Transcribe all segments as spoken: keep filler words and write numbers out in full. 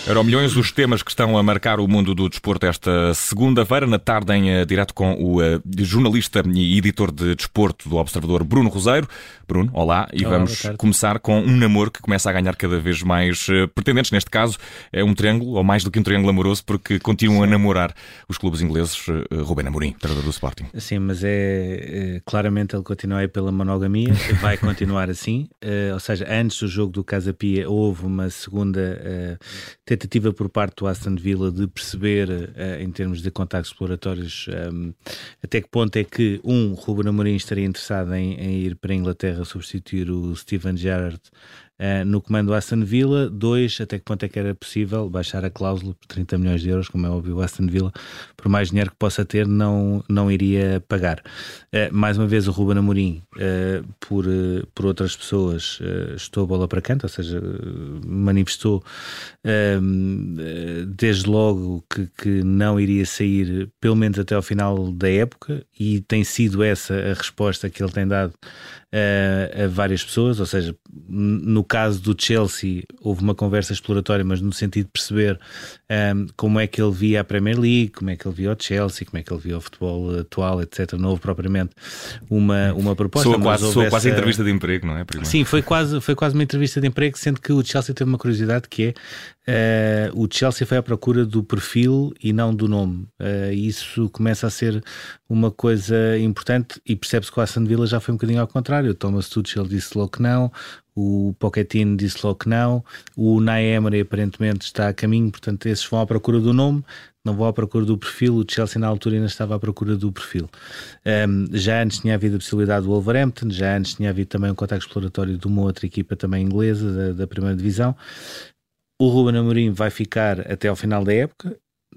Euromilhões, os temas que estão a marcar o mundo do desporto esta segunda-feira, na tarde em uh, direto com o uh, jornalista e editor de desporto do Observador, Bruno Roseiro. Bruno, olá, e olá, vamos começar com um namoro que começa a ganhar cada vez mais uh, pretendentes. Neste caso é um triângulo, ou mais do que um triângulo amoroso, porque continuam Sim. a namorar os clubes ingleses. uh, Rubén Amorim, treinador do Sporting. Sim, mas é, é claramente ele continua aí pela monogamia, vai continuar assim, uh, ou seja, antes do jogo do Casa Pia houve uma segunda uh, tentativa por parte do Aston Villa de perceber, uh, em termos de contactos exploratórios, um, até que ponto é que, um, Rubén Amorim estaria interessado em, em ir para a Inglaterra substituir o Steven Gerrard uh, no comando do Aston Villa. Dois, até que ponto é que era possível baixar a cláusula por trinta milhões de euros, como é óbvio, o Aston Villa, por mais dinheiro que possa ter, não, não iria pagar. Uh, mais uma vez, o Rubén Amorim, uh, por, uh, por outras pessoas, uh, estou a bola para canto, ou seja, uh, manifestou uh, desde logo que, que não iria sair, pelo menos até ao final da época, e tem sido essa a resposta que ele tem dado uh, a várias pessoas. Ou seja, no caso do Chelsea houve uma conversa exploratória, mas no sentido de perceber um, como é que ele via a Premier League, como é que ele via o Chelsea, como é que ele via o futebol atual, etcétera. Não houve propriamente uma, uma proposta. Soa quase, soa essa... quase entrevista de emprego, não é? Primeiro. Sim, foi quase, foi quase uma entrevista de emprego, sendo que o Chelsea teve uma curiosidade que é uh, o Chelsea foi à procura do perfil e não do nome. Uh, isso começa a ser uma coisa importante e percebe-se que o Aston Villa já foi um bocadinho ao contrário. O Thomas Tuchel disse logo que não, o Pochettino disse logo que não, o Unai Emery aparentemente está a caminho, portanto esses vão à procura do nome, não vão à procura do perfil. O Chelsea na altura ainda estava à procura do perfil. Um, já antes tinha havido a possibilidade do Wolverhampton, já antes tinha havido também um contacto exploratório de uma outra equipa também inglesa da, da primeira divisão. O Rubén Amorim vai ficar até ao final da época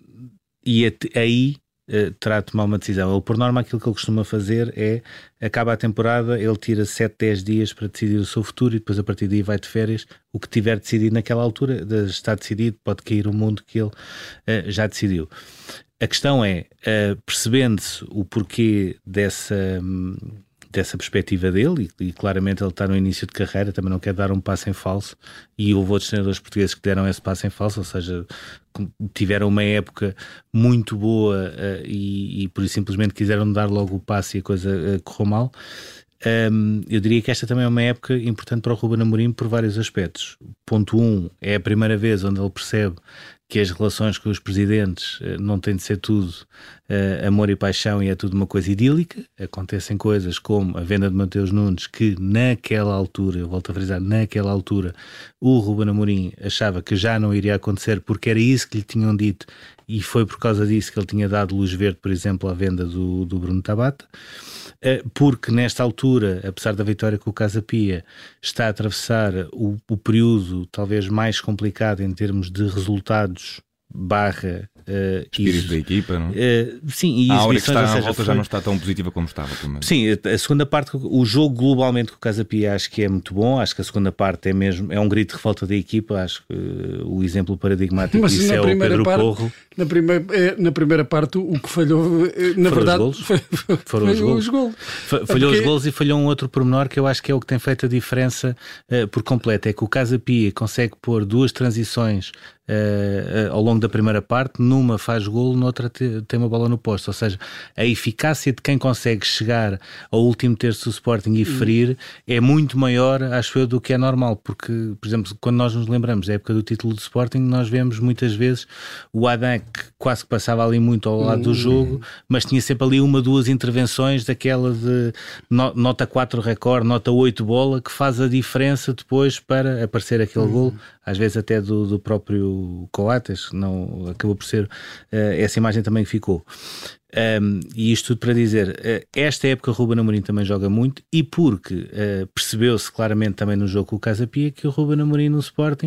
e até aí Uh, terá de tomar uma decisão. Ele, por norma, aquilo que ele costuma fazer é, acaba a temporada, ele tira sete, dez dias para decidir o seu futuro e depois a partir daí vai de férias. O que tiver decidido naquela altura está decidido, pode cair o mundo que ele uh, já decidiu. A questão é, uh, percebendo-se o porquê dessa... Um, dessa perspectiva dele, e, e claramente ele está no início de carreira, também não quer dar um passo em falso, e houve outros treinadores portugueses que deram esse passo em falso, ou seja, tiveram uma época muito boa uh, e, e por isso simplesmente quiseram dar logo o passo e a coisa uh, correu mal. Um, eu diria que esta também é uma época importante para o Rubén Amorim por vários aspectos. Ponto um, é a primeira vez onde ele percebe que as relações com os presidentes uh, não têm de ser tudo uh, amor e paixão e é tudo uma coisa idílica. Acontecem coisas como a venda de Mateus Nunes, que naquela altura, eu volto a frisar, naquela altura o Rubén Amorim achava que já não iria acontecer porque era isso que lhe tinham dito e foi por causa disso que ele tinha dado luz verde, por exemplo, à venda do, do Bruno Tabata. Porque nesta altura, apesar da vitória com o Casa Pia, está a atravessar o, o período talvez mais complicado em termos de resultados barra uh, espírito isso, da equipa, não? Uh, sim, e a hora que está seja, à volta foi... já não está tão positiva como estava primeiro. Sim, a segunda parte, o jogo globalmente com o Casa Pia acho que é muito bom, acho que a segunda parte é mesmo, é um grito de revolta da equipa, acho que uh, o exemplo paradigmático Mas disso é o Pedro parte, Porro. Na primeira, na primeira parte o que falhou, na foram verdade, os foi, foi, foram foi os golos. os golos. Falhou Porque... os golos e falhou um outro pormenor que eu acho que é o que tem feito a diferença uh, por completo, é que o Casa Pia consegue pôr duas transições Uh, uh, ao longo da primeira parte, numa faz golo, noutra te, tem uma bola no posto, ou seja, a eficácia de quem consegue chegar ao último terço do Sporting e ferir uhum. é muito maior, acho eu, do que é normal, porque, por exemplo, quando nós nos lembramos da época do título do Sporting, nós vemos muitas vezes o Adam que quase que passava ali muito ao lado uhum. do jogo, mas tinha sempre ali uma, duas intervenções daquela de no, nota quatro recorde, nota oito bola, que faz a diferença depois para aparecer aquele uhum. golo, às vezes até do, do próprio Coates, não, acabou por ser uh, essa imagem também que ficou. Um, e isto tudo para dizer, uh, esta época o Rubén Amorim também joga muito e porque uh, percebeu-se claramente também no jogo com o Casa Pia que o Rubén Amorim no Sporting,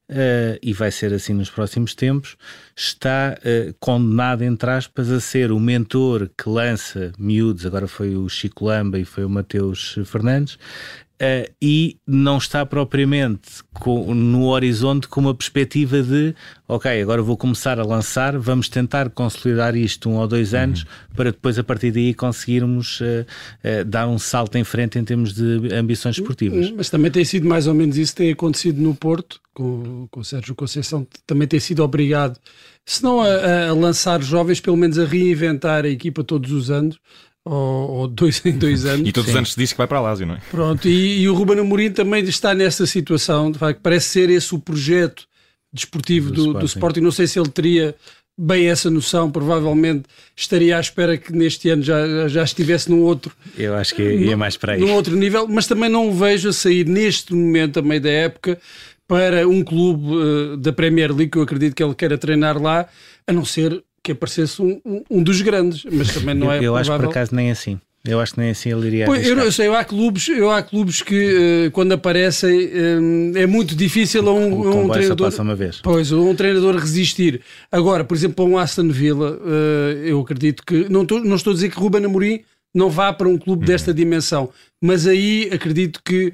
uh, e vai ser assim nos próximos tempos, está uh, condenado, entre aspas, a ser o mentor que lança miúdos, agora foi o Chico Lamba e foi o Mateus Fernandes, Uh, e não está propriamente com, no horizonte com uma perspectiva de ok, agora vou começar a lançar, vamos tentar consolidar isto um ou dois anos uhum. para depois a partir daí conseguirmos uh, uh, dar um salto em frente em termos de ambições esportivas. Mas também tem sido mais ou menos isso que tem acontecido no Porto, com, com o Sérgio Conceição, também tem sido obrigado, se não a, a lançar jovens, pelo menos a reinventar a equipa todos os anos, ou, ou dois em dois anos. E todos os anos se diz que vai para a Lazio, não é? Pronto, e, e o Ruben Amorim também está nessa situação, de facto, parece ser esse o projeto desportivo do, do, Sporting. do Sporting. Não sei se ele teria bem essa noção, provavelmente estaria à espera que neste ano já, já estivesse num outro... Eu acho que ia mais para aí. Num outro nível, mas também não o vejo a sair neste momento, a meio da época, para um clube uh, da Premier League, que eu acredito que ele queira treinar lá, a não ser que aparecesse um, um, um dos grandes, mas também não é eu, eu provável. acho por acaso nem assim. Eu acho que nem assim ele iria pois, eu, não, eu sei, eu há clubes, eu há clubes que uh, quando aparecem uh, é muito difícil a um, o, o um treinador só uma vez. Pois, um treinador resistir. Agora, por exemplo, para um Aston Villa, uh, eu acredito que não, tô, não estou a dizer que Ruben Amorim não vá para um clube desta dimensão, mas aí acredito que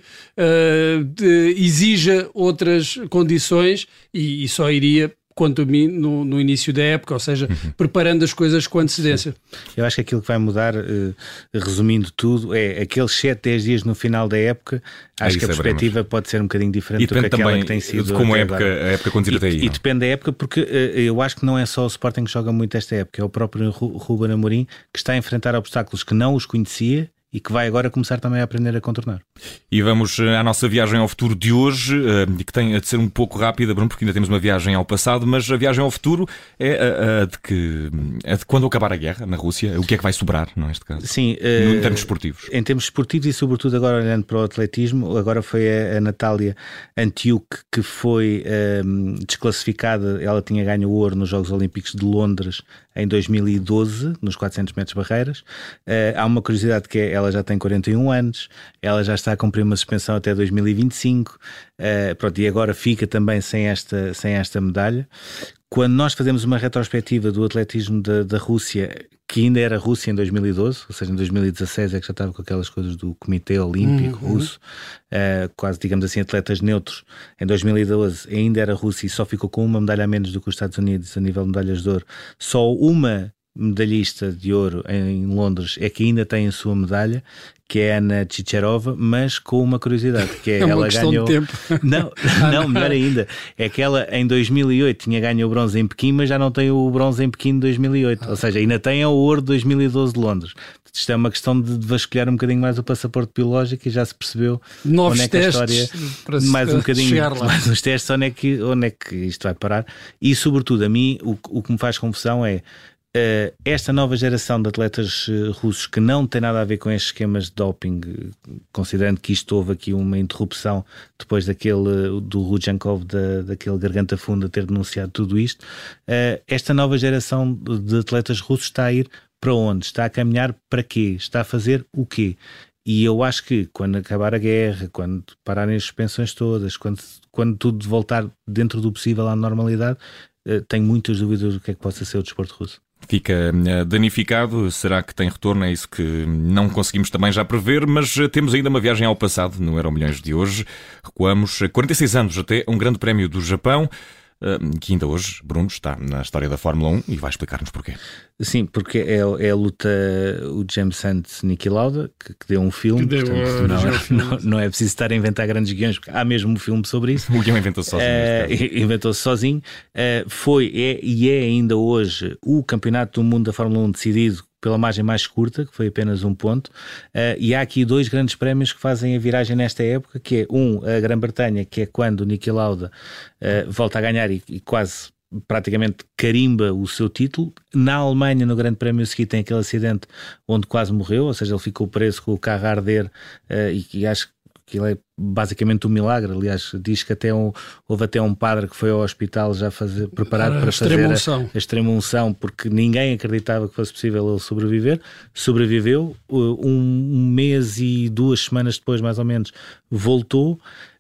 uh, de, exija outras condições e, e só iria, quanto a mim, no, no início da época, ou seja, uhum. preparando as coisas com antecedência. Eu acho que aquilo que vai mudar, uh, resumindo tudo, é aqueles sete, dez dias no final da época. Acho que a perspectiva veremos. Pode ser um bocadinho diferente do que aquela que tem sido. De como a época, a época conduzida até aí. E, e depende da época, porque uh, eu acho que não é só o Sporting que joga muito esta época, é o próprio Ruben Amorim que está a enfrentar obstáculos que não os conhecia e que vai agora começar também a aprender a contornar. E vamos à nossa viagem ao futuro de hoje, que tem de ser um pouco rápida, Bruno, porque ainda temos uma viagem ao passado, mas a viagem ao futuro é a, a de que a de quando acabar a guerra na Rússia, o que é que vai sobrar, não é, neste caso? Sim, em termos esportivos. Em termos esportivos e sobretudo agora olhando para o atletismo, agora foi a, a Natália Antiuk que foi um, desclassificada, ela tinha ganho ouro nos Jogos Olímpicos de Londres em dois mil e doze, nos quatrocentos metros barreiras. Uh, há uma curiosidade que é, ela já tem quarenta e um anos, ela já está a cumprir uma suspensão até dois mil e vinte e cinco, uh, pronto, e agora fica também sem esta, sem esta medalha. Quando nós fazemos uma retrospectiva do atletismo da, da Rússia, que ainda era Rússia em dois mil e doze, ou seja, em dois mil e dezasseis é que já estava com aquelas coisas do Comitê Olímpico uhum. Russo, uh, quase, digamos assim, atletas neutros. Em dois mil e doze ainda era Rússia e só ficou com uma medalha a menos do que os Estados Unidos a nível de medalhas de ouro. Só uma medalhista de ouro em Londres é que ainda tem a sua medalha, que é a Ana Chicherova, mas com uma curiosidade, que é, é uma ela questão ganhou... de tempo. Não, não, melhor ainda, é que ela em dois mil e oito tinha ganho o bronze em Pequim, mas já não tem o bronze em Pequim de dois mil e oito, ah. ou seja, ainda tem o ouro de dois mil e doze de Londres. Isto é uma questão de vasculhar um bocadinho mais o passaporte biológico e já se percebeu novos onde é que a testes história, para mais um bocadinho, chegar lá. mais uns testes, onde é, que, onde é que isto vai parar. E sobretudo a mim o, o que me faz confusão é Uh, esta nova geração de atletas uh, russos que não tem nada a ver com estes esquemas de doping, uh, considerando que isto houve aqui uma interrupção depois daquele uh, do Rudjankov, da, daquele garganta funda ter denunciado tudo isto, uh, esta nova geração de atletas russos está a ir para onde? Está a caminhar para quê? Está a fazer o quê? E eu acho que quando acabar a guerra, quando pararem as suspensões todas, quando, quando tudo voltar dentro do possível à normalidade, uh, tenho muitas dúvidas do que é que possa ser o desporto russo. Fica danificado, será que tem retorno? É isso que não conseguimos também já prever, mas temos ainda uma viagem ao passado no Euromilhões de hoje. Recuamos quarenta e seis anos até um grande prémio do Japão, que ainda hoje, Bruno, está na história da Fórmula um e vai explicar-nos porquê. Sim, porque é, é a luta, o James Hunt-Niki Lauda, que, que deu um filme, deu, portanto, uh, não, não, não é preciso estar a inventar grandes guiões, porque há mesmo um filme sobre isso. O guião inventou-se sozinho. Uh, inventou-se sozinho. Uh, foi é, e é ainda hoje o campeonato do mundo da Fórmula um decidido pela margem mais curta, que foi apenas um ponto, uh, e há aqui dois grandes prémios que fazem a viragem nesta época, que é um, a Grã-Bretanha, que é quando o Niki Lauda uh, volta a ganhar e, e quase praticamente carimba o seu título. Na Alemanha, no Grande Prémio seguinte, tem aquele acidente onde quase morreu, ou seja, ele ficou preso com o carro a arder, uh, e, e acho que aquilo é basicamente um milagre. Aliás, diz que até um, houve até um padre que foi ao hospital já fazer, preparado ah, para fazer a, a extrema unção, porque ninguém acreditava que fosse possível ele sobreviver. Sobreviveu, um, um mês e duas semanas depois, mais ou menos, voltou.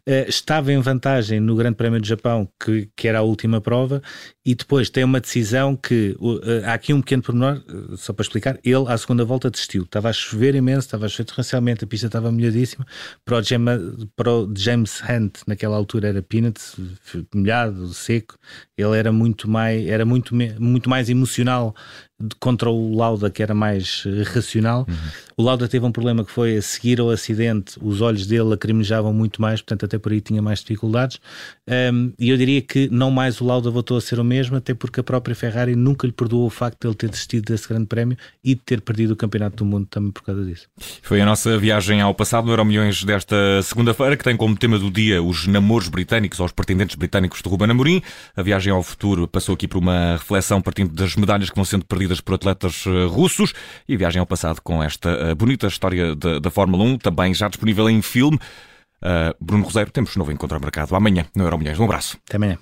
uh, estava em vantagem no Grande Prémio do Japão, que, que era a última prova, e depois tem uma decisão que, uh, há aqui um pequeno pormenor, uh, só para explicar, ele à segunda volta desistiu, estava a chover imenso, estava a chover torrencialmente, a pista estava molhadíssima, para o, Gemma, para o James Hunt, naquela altura era peanuts, molhado, seco, ele era muito mais, era muito, muito mais emocional contra o Lauda, que era mais racional. Uhum. O Lauda teve um problema que foi, a seguir ao acidente, os olhos dele lacrimejavam muito mais, portanto até por aí tinha mais dificuldades, um, e eu diria que não mais o Lauda voltou a ser o mesmo, até porque a própria Ferrari nunca lhe perdoou o facto de ele ter desistido desse grande prémio e de ter perdido o Campeonato do Mundo também por causa disso. Foi a nossa viagem ao passado no Euromilhões desta segunda-feira, que tem como tema do dia os namoros britânicos aos pretendentes britânicos de Ruben Amorim. A viagem ao futuro passou aqui por uma reflexão partindo das medalhas que vão sendo perdidas por atletas russos, e a viagem ao passado com esta bonita história da, da Fórmula um, também já disponível em filme. Uh, Bruno Roseiro, temos um novo encontro marcado amanhã no Euromilhões. Um abraço. Até amanhã.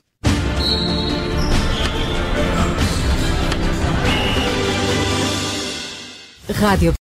Rádio